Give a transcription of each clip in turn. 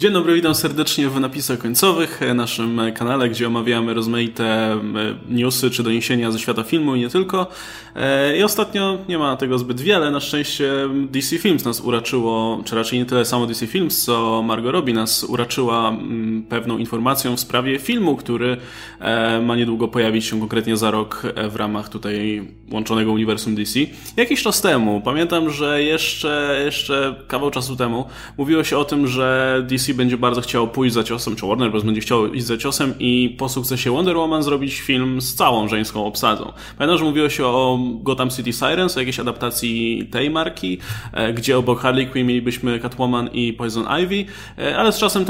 Dzień dobry, witam serdecznie w napisach końcowych, naszym kanale, gdzie omawiamy rozmaite newsy czy doniesienia ze świata filmu i nie tylko. I ostatnio nie ma tego zbyt wiele. Na szczęście DC Films nas uraczyło, czy raczej nie tyle samo DC Films, co Margot Robbie nas uraczyła pewną informacją w sprawie filmu, który ma niedługo pojawić się, konkretnie za rok, w ramach tutaj łączonego uniwersum DC. Jakiś czas temu, pamiętam, że jeszcze kawał czasu temu mówiło się o tym, że DC będzie bardzo chciało pójść za ciosem, czy Warner Bros. Będzie chciał iść za ciosem i po sukcesie Wonder Woman zrobić film z całą żeńską obsadą. Pamiętam, że mówiło się o Gotham City Sirens, o jakiejś adaptacji tej marki, gdzie obok Harley Quinn mielibyśmy Catwoman i Poison Ivy, ale z czasem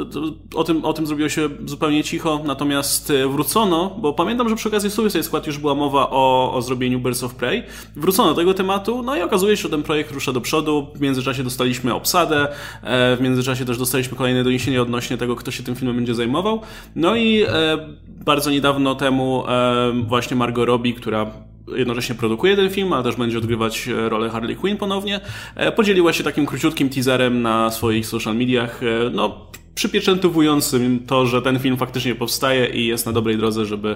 o tym zrobiło się zupełnie cicho, natomiast wrócono, bo pamiętam, że przy okazji Suicide Squad już była mowa o zrobieniu Birds of Prey. Wrócono do tego tematu, no i okazuje się, że ten projekt rusza do przodu. W międzyczasie dostaliśmy obsadę, w międzyczasie też dostaliśmy kolejne doniesienie odnośnie tego, kto się tym filmem będzie zajmował. No i bardzo niedawno temu właśnie Margot Robbie, która jednocześnie produkuje ten film, ale też będzie odgrywać rolę Harley Quinn ponownie, podzieliła się takim króciutkim teaserem na swoich social mediach, przypieczętowującym to, że ten film faktycznie powstaje i jest na dobrej drodze, żeby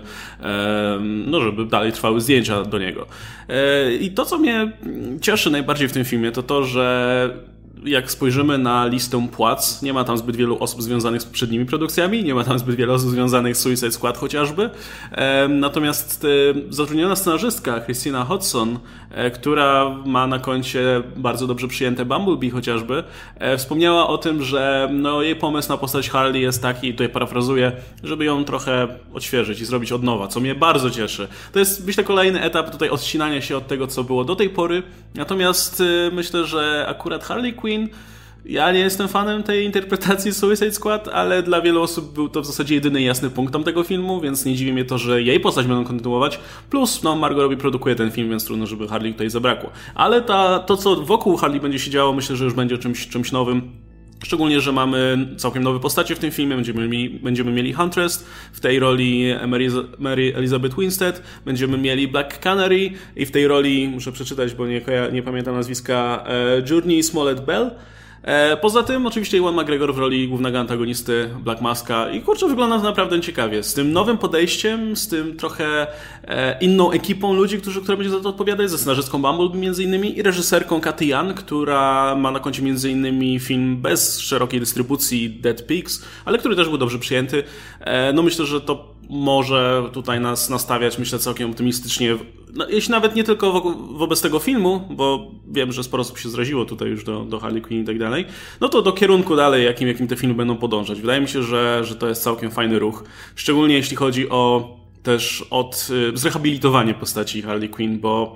dalej trwały zdjęcia do niego. I to, co mnie cieszy najbardziej w tym filmie, to to, że jak spojrzymy na listę płac, nie ma tam zbyt wielu osób związanych z poprzednimi produkcjami, nie ma tam zbyt wielu osób związanych z Suicide Squad chociażby. Natomiast zatrudniona scenarzystka Christina Hodson, która ma na koncie bardzo dobrze przyjęte Bumblebee chociażby, wspomniała o tym, że jej pomysł na postać Harley jest taki, tutaj parafrazuję, żeby ją trochę odświeżyć i zrobić od nowa, co mnie bardzo cieszy. To jest, myślę, kolejny etap tutaj odcinania się od tego, co było do tej pory. Natomiast myślę, że akurat Harley Quinn, ja nie jestem fanem tej interpretacji Suicide Squad, ale dla wielu osób był to w zasadzie jedyny jasny punkt tamtego filmu, więc nie dziwi mnie to, że jej postać będą kontynuować. Plus, Margot Robbie produkuje ten film, więc trudno, żeby Harley tutaj zabrakło. Ale to, co wokół Harley będzie się działo, myślę, że już będzie czymś nowym. Szczególnie, że mamy całkiem nowe postacie w tym filmie. Będziemy mieli Huntress, w tej roli Mary Elizabeth Winstead. Będziemy mieli Black Canary i w tej roli, muszę przeczytać, bo nie pamiętam nazwiska, Journey Smollett-Bell. Poza tym oczywiście Ewan McGregor w roli głównego antagonisty Black Maska i kurczę, wygląda to naprawdę ciekawie. Z tym nowym podejściem, z tym trochę inną ekipą ludzi, która będzie za to odpowiadać, ze scenarzystką Bumblebee między innymi i reżyserką Cathy Yan, która ma na koncie między innymi film bez szerokiej dystrybucji Dead Pigs, ale który też był dobrze przyjęty. Myślę, że to może tutaj nas nastawiać, myślę, całkiem optymistycznie, jeśli nawet nie tylko wobec tego filmu, bo wiem, że sporo osób się zraziło tutaj już do Harley Quinn i tak dalej, to do kierunku dalej, jakim te filmy będą podążać. Wydaje mi się, że to jest całkiem fajny ruch, szczególnie jeśli chodzi o też zrehabilitowanie postaci Harley Quinn, bo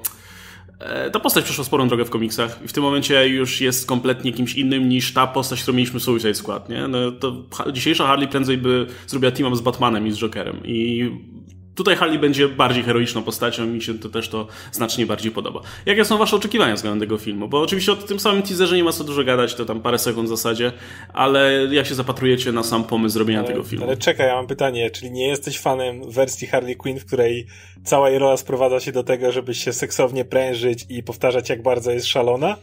ta postać przeszła sporą drogę w komiksach i w tym momencie już jest kompletnie kimś innym niż ta postać, którą mieliśmy w Suicide Squad, nie? To dzisiejsza Harley prędzej by zrobiła team-up z Batmanem i z Jokerem i tutaj Harley będzie bardziej heroiczną postacią, mi się to znacznie bardziej podoba. Jakie są wasze oczekiwania względem tego filmu? Bo oczywiście o tym samym teaserze nie ma co dużo gadać, to tam parę sekund w zasadzie, ale jak się zapatrujecie na sam pomysł zrobienia tego filmu? Ale czekaj, ja mam pytanie, czyli nie jesteś fanem wersji Harley Quinn, w której cała jej rola sprowadza się do tego, żeby się seksownie prężyć i powtarzać, jak bardzo jest szalona?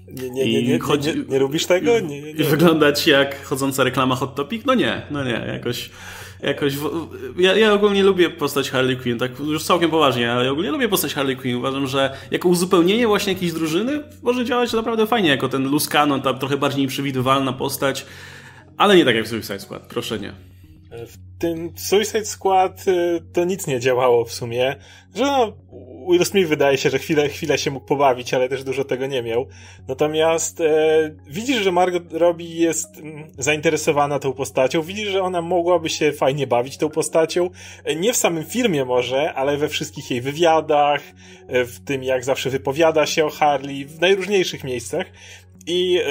Nie lubisz tego? Nie. Wyglądać jak chodząca reklama Hot Topic? No nie, jakoś ja ogólnie lubię postać Harley Quinn, tak już całkiem poważnie, ale ja ogólnie lubię postać Harley Quinn. Uważam, że jako uzupełnienie właśnie jakiejś drużyny może działać naprawdę fajnie, jako ten loose cannon, ta trochę bardziej nieprzewidywalna postać, ale nie tak jak w Suicide Squad, proszę nie. W tym Suicide Squad to nic nie działało w sumie, że Will Smith wydaje się, że chwilę się mógł pobawić, ale też dużo tego nie miał. Natomiast widzisz, że Margot Robbie jest zainteresowana tą postacią, widzisz, że ona mogłaby się fajnie bawić tą postacią. Nie w samym filmie może, ale we wszystkich jej wywiadach, w tym jak zawsze wypowiada się o Harley, w najróżniejszych miejscach. I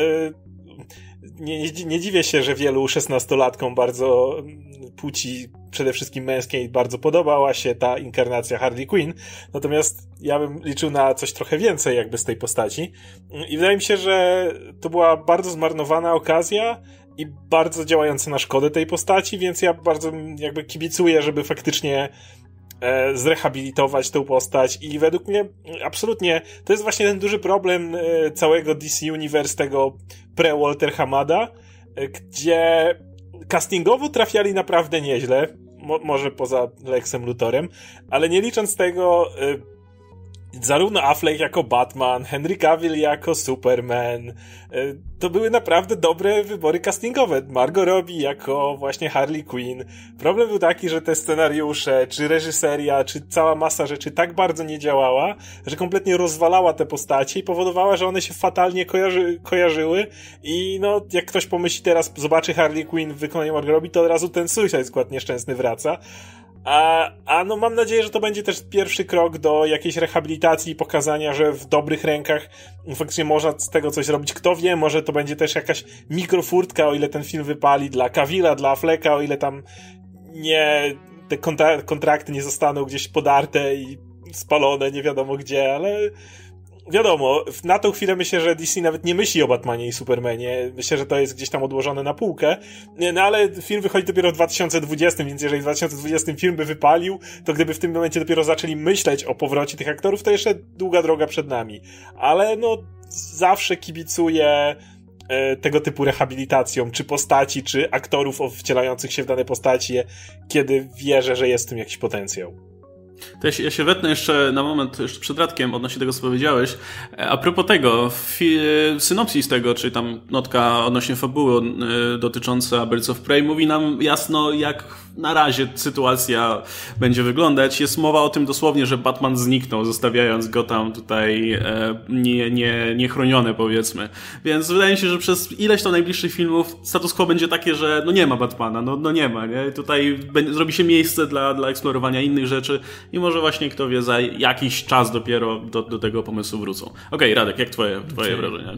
nie dziwię się, że wielu 16-latkom bardzo płci przede wszystkim męskiej bardzo podobała się ta inkarnacja Harley Quinn, natomiast ja bym liczył na coś trochę więcej jakby z tej postaci i wydaje mi się, że to była bardzo zmarnowana okazja i bardzo działająca na szkodę tej postaci, więc ja bardzo jakby kibicuję, żeby faktycznie zrehabilitować tę postać i według mnie absolutnie to jest właśnie ten duży problem całego DC Universe, tego pre-Walter Hamada, gdzie castingowo trafiali naprawdę nieźle, może poza Lexem Luthorem, ale nie licząc tego, zarówno Affleck jako Batman, Henry Cavill jako Superman, to były naprawdę dobre wybory castingowe. Margot Robbie jako właśnie Harley Quinn. Problem był taki, że te scenariusze, czy reżyseria, czy cała masa rzeczy tak bardzo nie działała, że kompletnie rozwalała te postacie i powodowała, że one się fatalnie kojarzyły i no, jak ktoś pomyśli teraz, zobaczy Harley Quinn w wykonaniu Margot Robbie, to od razu ten Suicide Squad nieszczęsny wraca. A no mam nadzieję, że to będzie też pierwszy krok do jakiejś rehabilitacji i pokazania, że w dobrych rękach faktycznie można z tego coś robić. Kto wie, może to będzie też jakaś mikrofurtka, o ile ten film wypali dla Cavilla, dla Afflecka, o ile tam te kontrakty nie zostaną gdzieś podarte i spalone, nie wiadomo gdzie, ale wiadomo, na tą chwilę myślę, że DC nawet nie myśli o Batmanie i Supermanie. Myślę, że to jest gdzieś tam odłożone na półkę. No ale film wychodzi dopiero w 2020, więc jeżeli w 2020 film by wypalił, to gdyby w tym momencie dopiero zaczęli myśleć o powrocie tych aktorów, to jeszcze długa droga przed nami. Ale no, zawsze kibicuję tego typu rehabilitacjom, czy postaci, czy aktorów wcielających się w dane postaci, kiedy wierzę, że jest w tym jakiś potencjał. To ja się wetnę jeszcze na moment, jeszcze przed Radkiem, odnośnie tego, co powiedziałeś. A propos tego, synopsis tego, czy tam notka odnośnie fabuły dotycząca Birds of Prey mówi nam jasno, jak na razie sytuacja będzie wyglądać. Jest mowa o tym dosłownie, że Batman zniknął, zostawiając go tam tutaj niechronione, powiedzmy. Więc wydaje mi się, że przez ileś tam najbliższych filmów status quo będzie takie, że no nie ma Batmana, no nie ma, nie? Tutaj zrobi się miejsce dla eksplorowania innych rzeczy i może właśnie, kto wie, za jakiś czas dopiero do tego pomysłu wrócą. Okej, Radek, jak twoje wrażenia?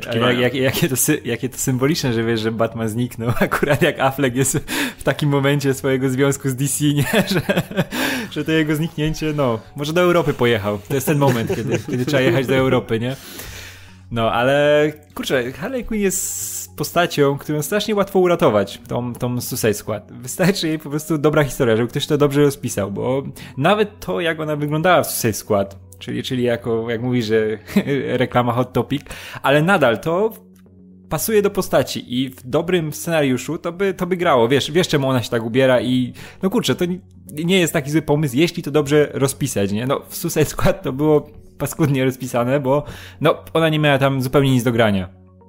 Jakie to symboliczne, że wiesz, że Batman zniknął, akurat jak Affleck jest w takim momencie swojego związku z DC, nie? Że to jego zniknięcie, no, może do Europy pojechał. To jest ten moment, kiedy trzeba jechać do Europy, nie? No, ale kurczę, Harley Quinn jest postacią, którą strasznie łatwo uratować, tą Suicide Squad. Wystarczy jej po prostu dobra historia, żeby ktoś to dobrze rozpisał, bo nawet to, jak ona wyglądała w Suicide Squad, czyli jako, jak mówisz, że reklama Hot Topic, ale nadal to pasuje do postaci i w dobrym scenariuszu to by grało. Wiesz czemu ona się tak ubiera i no kurczę, to nie jest taki zły pomysł, jeśli to dobrze rozpisać, nie? No w Suicide Squad to było paskudnie rozpisane, bo no ona nie miała tam zupełnie nic do grania.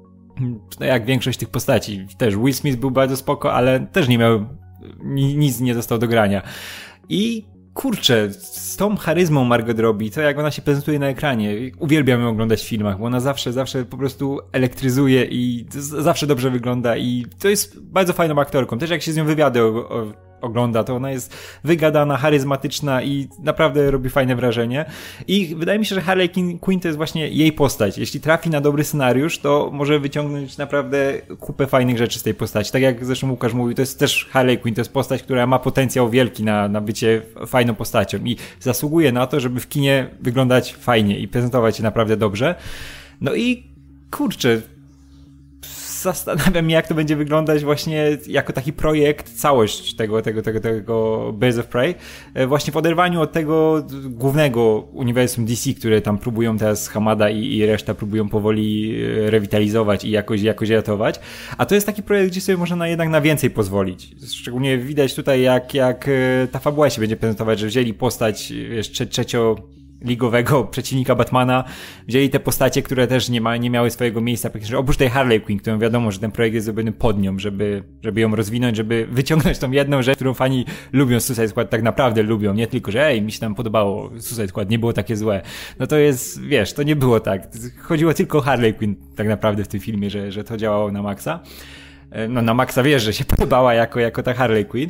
No jak większość tych postaci. Też Will Smith był bardzo spoko, ale też nie miał, nic nie dostał do grania. I kurczę, z tą charyzmą Margot Robbie, to jak ona się prezentuje na ekranie, uwielbiam ją oglądać w filmach, bo ona zawsze po prostu elektryzuje i zawsze dobrze wygląda i to jest bardzo fajną aktorką. Też jak się z nią wywiady ogląda, to ona jest wygadana, charyzmatyczna i naprawdę robi fajne wrażenie. I wydaje mi się, że Harley Quinn to jest właśnie jej postać. Jeśli trafi na dobry scenariusz, to może wyciągnąć naprawdę kupę fajnych rzeczy z tej postaci. Tak jak zresztą Łukasz mówił, to jest też Harley Quinn, to jest postać, która ma potencjał wielki na bycie fajną postacią i zasługuje na to, żeby w kinie wyglądać fajnie i prezentować się naprawdę dobrze. No i kurczę, zastanawiam się, jak to będzie wyglądać właśnie jako taki projekt, całość tego Birds of Prey, właśnie w oderwaniu od tego głównego uniwersum DC, które tam próbują teraz Hamada i reszta próbują powoli rewitalizować i jakoś ratować, a to jest taki projekt, gdzie sobie można jednak na więcej pozwolić. Szczególnie widać tutaj, jak ta fabuła się będzie prezentować, że wzięli postać jeszcze ligowego przeciwnika Batmana, wzięli te postacie, które też nie miały swojego miejsca, praktycznie oprócz tej Harley Quinn, którą wiadomo, że ten projekt jest zrobiony pod nią, żeby ją rozwinąć, żeby wyciągnąć tą jedną rzecz, którą fani lubią Suicide Squad, tak naprawdę lubią, nie tylko, że mi się tam podobało Suicide Squad, nie było takie złe. No to jest, wiesz, to nie było tak. Chodziło tylko o Harley Quinn tak naprawdę w tym filmie, że to działało na maksa. No na maksa wiesz, że się podobała jako ta Harley Quinn.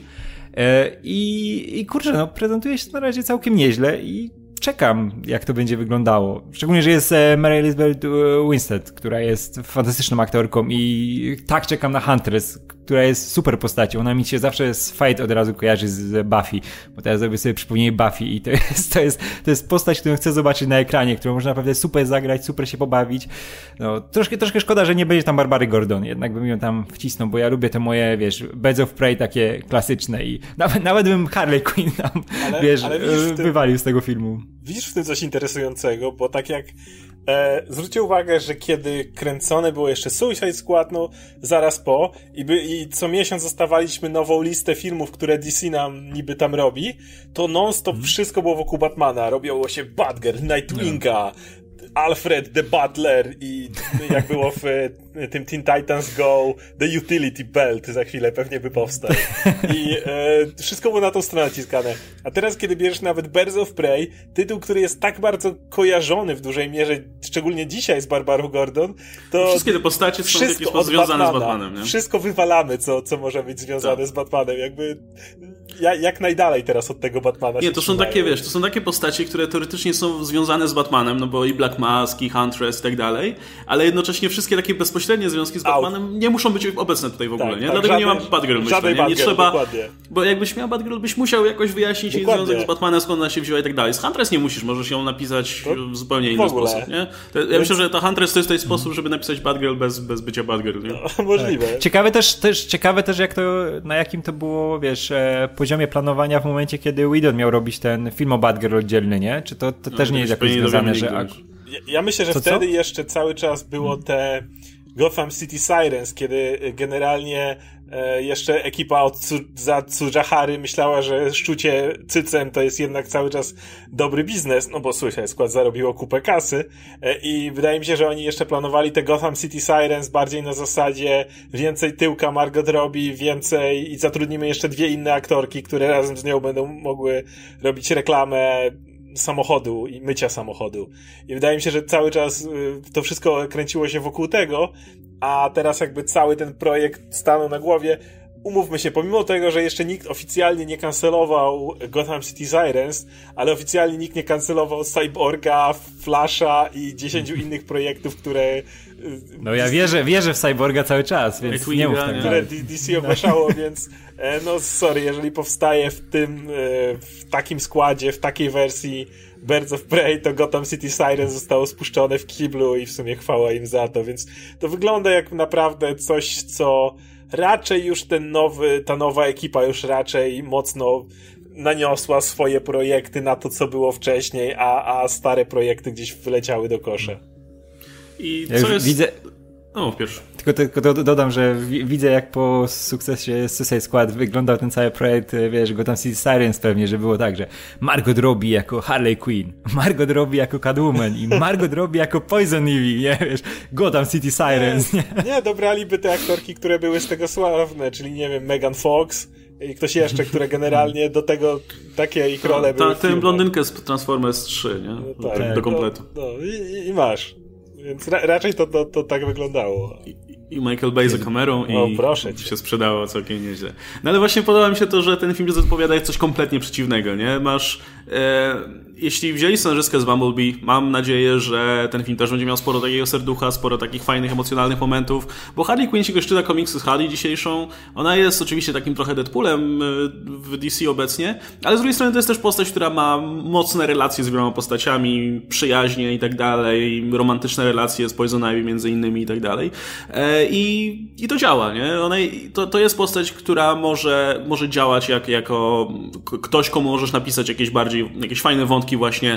I kurczę, no prezentuje się na razie całkiem nieźle i czekam, jak to będzie wyglądało. Szczególnie, że jest Mary Elizabeth Winstead, która jest fantastyczną aktorką i tak czekam na Huntress, która jest super postacią. Ona mi się zawsze z Fate od razu kojarzy z Buffy, bo teraz sobie przypomnij Buffy i to jest postać, którą chcę zobaczyć na ekranie, którą można naprawdę super zagrać, super się pobawić. No, troszkę szkoda, że nie będzie tam Barbary Gordon, jednak bym ją tam wcisnął, bo ja lubię te moje, wiesz, Birds of Prey takie klasyczne i nawet bym Harley Quinn tam, ale wywalił z tego filmu. Widzisz w tym coś interesującego, bo tak jak Zwróćcie uwagę, że kiedy kręcone było jeszcze Suicide Squad, no zaraz po, i co miesiąc dostawaliśmy nową listę filmów, które DC nam niby tam robi, to non-stop wszystko było wokół Batmana. Robiło się Batgirl, Nightwinga, Alfred the Butler i jak było w tym Teen Titans Go, The Utility Belt za chwilę pewnie by powstał. I wszystko było na tą stronę naciskane. A teraz, kiedy bierzesz nawet Birds of Prey, tytuł, który jest tak bardzo kojarzony w dużej mierze, szczególnie dzisiaj z Barbarą Gordon, to wszystkie te postacie są w jakiś sposób związane z Batmanem, nie? Wszystko wywalamy, co może być związane z Batmanem. Jakby jak najdalej teraz od tego Batmana. Nie, to są takie, wiesz, to są takie postacie, które teoretycznie są związane z Batmanem, no bo i Black Mask, i Huntress i tak dalej, ale jednocześnie wszystkie takie bezpośrednie związki z Batmanem nie muszą być obecne tutaj w ogóle, nie? Dlatego żadnej, nie mam Batgirl, myślę, nie trzeba, dokładnie. Bo jakbyś miał Batgirl, byś musiał jakoś wyjaśnić jej związek z Batmanem, skąd ona się wzięła i tak dalej. Z Huntress nie musisz, możesz ją napisać w zupełnie inny sposób, nie? Ja myślę, że ta Huntress to jest ten sposób, żeby napisać Batgirl bez bycia Batgirl, nie? No, możliwe. Tak. Ciekawe też jak to, na jakim to było, wiesz, poziomie planowania w momencie, kiedy Whedon miał robić ten film o Batgirl oddzielny, nie? Czy to też nie jest jakoś związane, że... Ja myślę, że wtedy jeszcze cały czas było te Gotham City Sirens, kiedy generalnie jeszcze ekipa od Tsujahary myślała, że szczucie cycem to jest jednak cały czas dobry biznes, no bo Suicide Squad zarobiło kupę kasy i wydaje mi się, że oni jeszcze planowali te Gotham City Sirens bardziej na zasadzie więcej tyłka Margot Robbie, więcej i zatrudnimy jeszcze 2 inne aktorki, które razem z nią będą mogły robić reklamę samochodu i mycia samochodu. I wydaje mi się, że cały czas to wszystko kręciło się wokół tego, a teraz jakby cały ten projekt stanął na głowie. Umówmy się, pomimo tego, że jeszcze nikt oficjalnie nie kancelował Gotham City Sirens, ale oficjalnie nikt nie kancelował Cyborga, Flasha i 10 innych projektów, które... No ja wierzę w Cyborga cały czas, więc nie mów tak. Które DC ogłaszało, więc no sorry, jeżeli powstaje w takim składzie, w takiej wersji Birds of Prey, to Gotham City Sirens zostało spuszczone w kiblu i w sumie chwała im za to, więc to wygląda jak naprawdę coś, co raczej już ta nowa ekipa już raczej mocno naniosła swoje projekty na to, co było wcześniej, a stare projekty gdzieś wyleciały do kosza. I co jest... Widzę... No, pierwszy. Tylko dodam, że widzę jak po sukcesie Suicide Squad wyglądał ten cały projekt, wiesz, Gotham City Sirens pewnie, że było tak, że Margot Robbie jako Harley Quinn, Margot Robbie jako Catwoman i Margot Robbie jako Poison Ivy, nie, wiesz, Gotham City Sirens, nie, dobraliby te aktorki, które były z tego sławne, czyli nie wiem, Megan Fox i ktoś jeszcze, które generalnie do tego takie ich role były. Tę blondynkę z Transformers 3, nie? No tak, do kompletu. I masz. Więc raczej to tak wyglądało. I Michael Bay za kamerą i proszę cię. się sprzedało całkiem nieźle. No ale właśnie podoba mi się to, że ten film zapowiada coś kompletnie przeciwnego, nie? Masz... jeśli wzięli scenarzystkę z Bumblebee, mam nadzieję, że ten film też będzie miał sporo takiego serducha, sporo takich fajnych, emocjonalnych momentów, bo Harley Quinn się czyta komiksy z Harley dzisiejszą. Ona jest oczywiście takim trochę Deadpoolem w DC obecnie, ale z drugiej strony to jest też postać, która ma mocne relacje z wieloma postaciami, przyjaźnie i tak dalej, romantyczne relacje z Poison Ivy między innymi i tak dalej. I to działa, nie? To jest postać, która może działać jako ktoś, komu możesz napisać jakieś fajne wątki właśnie,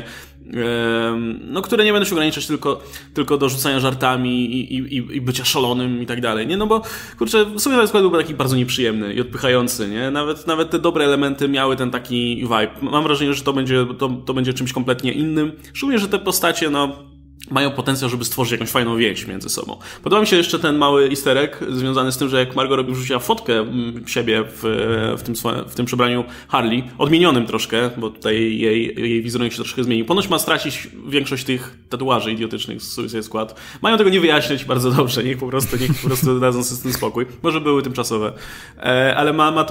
no, które nie będą się ograniczać tylko do rzucania żartami i bycia szalonym i tak dalej, nie? No bo, kurczę, Suicide Squad był taki bardzo nieprzyjemny i odpychający, nie? Nawet te dobre elementy miały ten taki vibe. Mam wrażenie, że to będzie czymś kompletnie innym. Szczególnie, że te postacie, no, mają potencjał, żeby stworzyć jakąś fajną więź między sobą. Podoba mi się jeszcze ten mały easter egg związany z tym, że jak Margot Robbie wrzuciła fotkę siebie w tym przebraniu Harley, odmienionym troszkę, bo tutaj jej wizerunek się troszkę zmienił. Ponoć ma stracić większość tych tatuaży idiotycznych z Suicide Squad. Mają tego nie wyjaśniać bardzo dobrze, niech po prostu dadzą sobie z tym spokój. Może były tymczasowe. Ale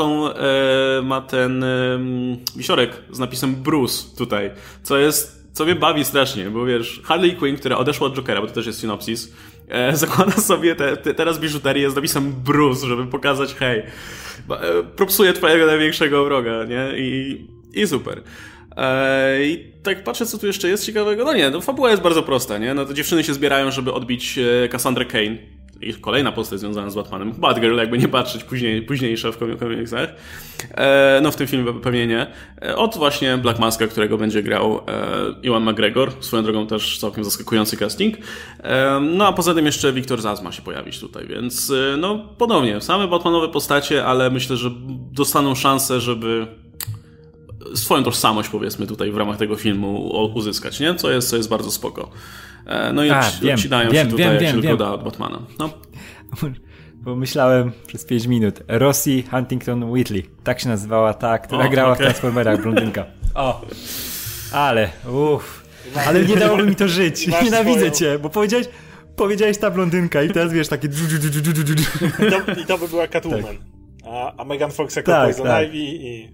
ma ten wisiorek z napisem Bruce tutaj, co mnie bawi strasznie, bo wiesz, Harley Quinn, która odeszła od Jokera, bo to też jest synopsis, zakłada sobie teraz biżuterię z napisem Bruce, żeby pokazać, hej, propsuję twojego największego wroga, nie? I super. I tak patrzę, co tu jeszcze jest ciekawego. No nie, fabuła jest bardzo prosta, nie? No to dziewczyny się zbierają, żeby odbić Cassandrę Cain. kolejna postać związana z Batmanem, Batgirl, jakby nie patrzeć późniejsza w komiksach, no w tym filmie pewnie nie, od właśnie Black Maska, którego będzie grał Ewan McGregor, swoją drogą też całkiem zaskakujący casting, no a poza tym jeszcze Victor Zsasz ma się pojawić tutaj, więc no ponownie, same Batmanowe postacie, ale myślę, że dostaną szansę, żeby swoją tożsamość, powiedzmy, tutaj w ramach tego filmu uzyskać, nie? Co jest bardzo spoko. No i odcinają się tutaj, jak się tylko da od Batmana. No. Bo myślałem przez 5 minut. Rosie Huntington Whiteley. Tak się nazywała ta, która grała w Transformerach, blondynka. Ale nie dałoby mi to żyć. Nienawidzę cię, bo powiedziałeś ta blondynka i teraz wiesz, takie... I to by była Catwoman. Tak. A Megan Fox jako Poison Ivy i...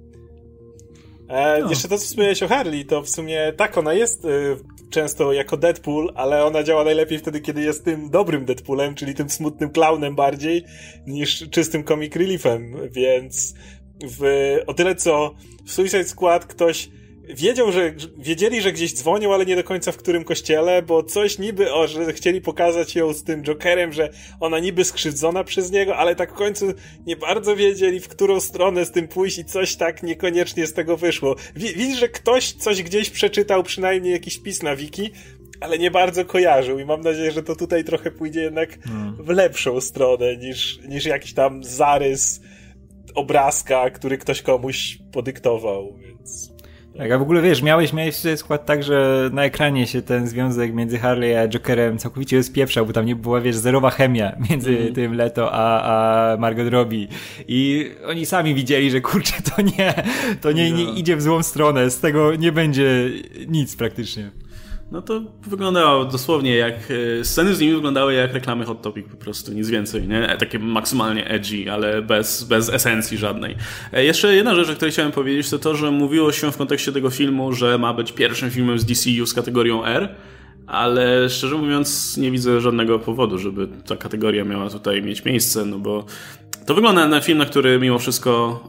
Jeszcze to, co wspomniałeś o Harley, to w sumie tak, ona jest często jako Deadpool, ale ona działa najlepiej wtedy, kiedy jest tym dobrym Deadpoolem, czyli tym smutnym clownem bardziej, niż czystym comic reliefem, więc o tyle co w Suicide Squad ktoś wiedzieli, że gdzieś dzwonią, ale nie do końca w którym kościele, bo coś niby, że chcieli pokazać ją z tym Jokerem, że ona niby skrzywdzona przez niego, ale tak w końcu nie bardzo wiedzieli, w którą stronę z tym pójść i coś tak niekoniecznie z tego wyszło. Widzisz, że ktoś coś gdzieś przeczytał, przynajmniej jakiś wpis na wiki, ale nie bardzo kojarzył i mam nadzieję, że to tutaj trochę pójdzie jednak w lepszą stronę niż jakiś tam zarys obrazka, który ktoś komuś podyktował, więc... Tak, a w ogóle wiesz, miałeś skład tak, że na ekranie się ten związek między Harley a Jokerem całkowicie rozpieprzał, bo tam nie była, wiesz, zerowa chemia między tym Leto a Margot Robbie. I oni sami widzieli, że kurczę, to nie idzie w złą stronę, z tego nie będzie nic praktycznie. No to wyglądało dosłownie jak... Sceny z nimi wyglądały jak reklamy Hot Topic po prostu, nic więcej, nie? Takie maksymalnie edgy, ale bez esencji żadnej. Jeszcze jedna rzecz, o której chciałem powiedzieć, to to, że mówiło się w kontekście tego filmu, że ma być pierwszym filmem z DCU z kategorią R, ale szczerze mówiąc nie widzę żadnego powodu, żeby ta kategoria miała tutaj mieć miejsce, no bo to wygląda na film, na który mimo wszystko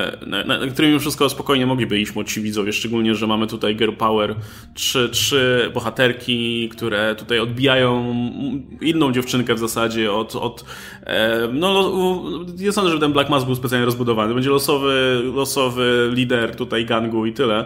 spokojnie mogliby iść młodsi widzowie, szczególnie, że mamy tutaj girl power, trzy bohaterki, które tutaj odbijają inną dziewczynkę w zasadzie nie sądzę, że ten Black Mask był specjalnie rozbudowany, będzie losowy lider tutaj gangu i tyle,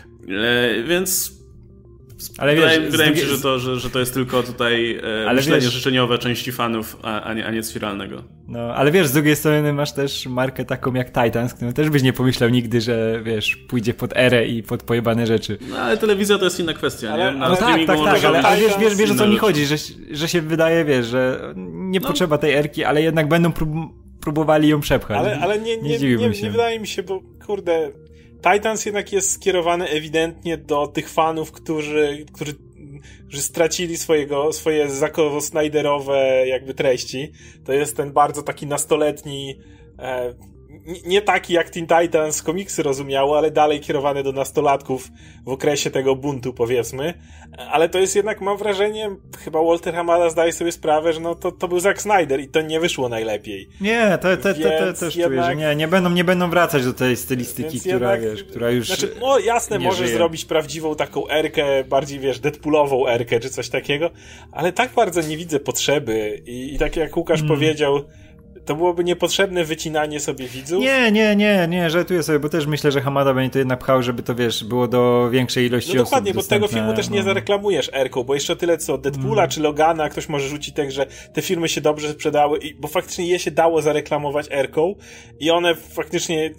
więc... Ale wydaje mi się, że to jest tylko tutaj myślenie życzeniowe części fanów, a nie coś realnego. No, ale wiesz, z drugiej strony masz też markę taką jak Titans, którą też byś nie pomyślał nigdy, że wiesz, pójdzie pod erę i pod pojebane rzeczy. No, ale telewizja to jest inna kwestia, nie? No tak, ale wiesz o co mi chodzi, że się wydaje, wiesz, że nie potrzeba tej erki, ale jednak będą próbowali ją przepchać. Ale nie wydaje mi się, bo kurde... Titans jednak jest skierowany ewidentnie do tych fanów, którzy stracili swoje zakowo-snajderowe jakby treści. To jest ten bardzo taki nastoletni, nie taki jak Teen Titans komiksy rozumiało, ale dalej kierowany do nastolatków w okresie tego buntu, powiedzmy. Ale to jest jednak, mam wrażenie, chyba Walter Hamada zdaje sobie sprawę, że to był Zack Snyder i to nie wyszło najlepiej. Nie, to też jednak... czuję, że nie będą wracać do tej stylistyki, która już znaczy, jasne, możesz zrobić prawdziwą taką erkę, bardziej, wiesz, Deadpoolową erkę, czy coś takiego, ale tak bardzo nie widzę potrzeby i tak jak Łukasz powiedział, to byłoby niepotrzebne wycinanie sobie widzów? Nie, żartuję sobie, bo też myślę, że Hamada będzie to jednak pchał, żeby to, wiesz, było do większej ilości osób dokładnie, bo dostępne. tego filmu też nie zareklamujesz erką, bo jeszcze tyle co Deadpoola czy Logana, ktoś może rzucić tak, że te filmy się dobrze sprzedały, bo faktycznie je się dało zareklamować erką i one faktycznie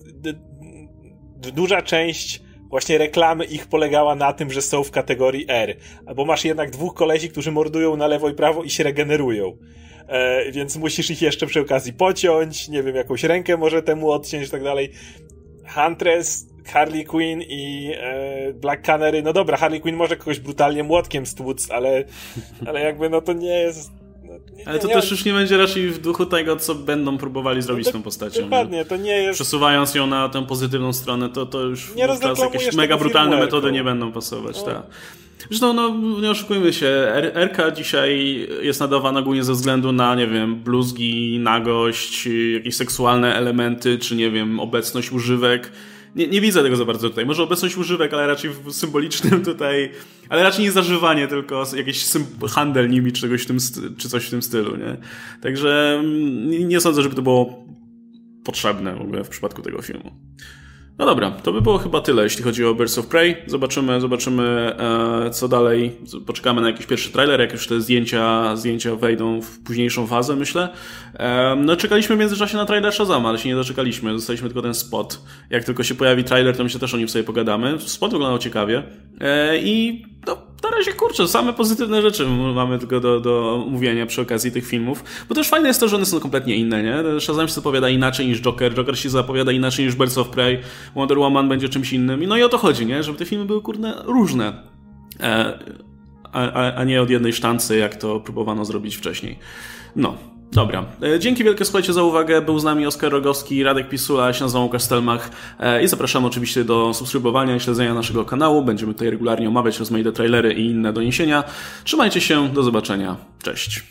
duża część właśnie reklamy ich polegała na tym, że są w kategorii R, bo masz jednak dwóch kolesi, którzy mordują na lewo i prawo i się regenerują. Więc musisz ich jeszcze przy okazji pociąć, nie wiem, jakąś rękę może temu odciąć i tak dalej. Huntress, Harley Quinn i Black Canary, no dobra, Harley Quinn może kogoś brutalnie młotkiem stłuc, ale jakby no to nie jest... Ale to też już nie będzie raczej w duchu tego, co będą próbowali zrobić z tą postacią. Dokładnie, to nie jest... Przesuwając ją na tę pozytywną stronę, to już wówczas jakieś mega brutalne metody nie będą pasować. Tak. Zresztą, nie oszukujmy się, RK dzisiaj jest nadawana głównie ze względu na, nie wiem, bluzgi, nagość, jakieś seksualne elementy, czy nie wiem, obecność używek. nie widzę tego za bardzo tutaj. Może obecność używek, ale raczej w symbolicznym tutaj, ale raczej nie zażywanie, tylko jakiś handel nimi, czy coś w tym stylu, nie? Także nie sądzę, żeby to było potrzebne w ogóle w przypadku tego filmu. No dobra, to by było chyba tyle, jeśli chodzi o Birds of Prey. Zobaczymy co dalej. Poczekamy na jakiś pierwszy trailer, jak już te zdjęcia wejdą w późniejszą fazę, myślę. No czekaliśmy w międzyczasie na trailer Shazama, ale się nie doczekaliśmy. Dostaliśmy tylko ten spot. Jak tylko się pojawi trailer, to myślę też o nim sobie pogadamy. Spot wyglądał ciekawie. I no, na razie, kurczę, same pozytywne rzeczy mamy tylko do mówienia przy okazji tych filmów. Bo też fajne jest to, że one są kompletnie inne, nie? Shazam się zapowiada inaczej niż Joker się zapowiada inaczej niż Birds of Prey, Wonder Woman będzie czymś innym. No i o to chodzi, nie? Żeby te filmy były, kurde, różne. A nie od jednej sztancy, jak to próbowano zrobić wcześniej. No. Dobra. Dzięki wielkie, słuchajcie, za uwagę. Był z nami Oskar Rogowski, Radek Pisula, ja się nazywam Łukasz Stelmach i zapraszam oczywiście do subskrybowania i śledzenia naszego kanału. Będziemy tutaj regularnie omawiać rozmaite trailery i inne doniesienia. Trzymajcie się, do zobaczenia. Cześć.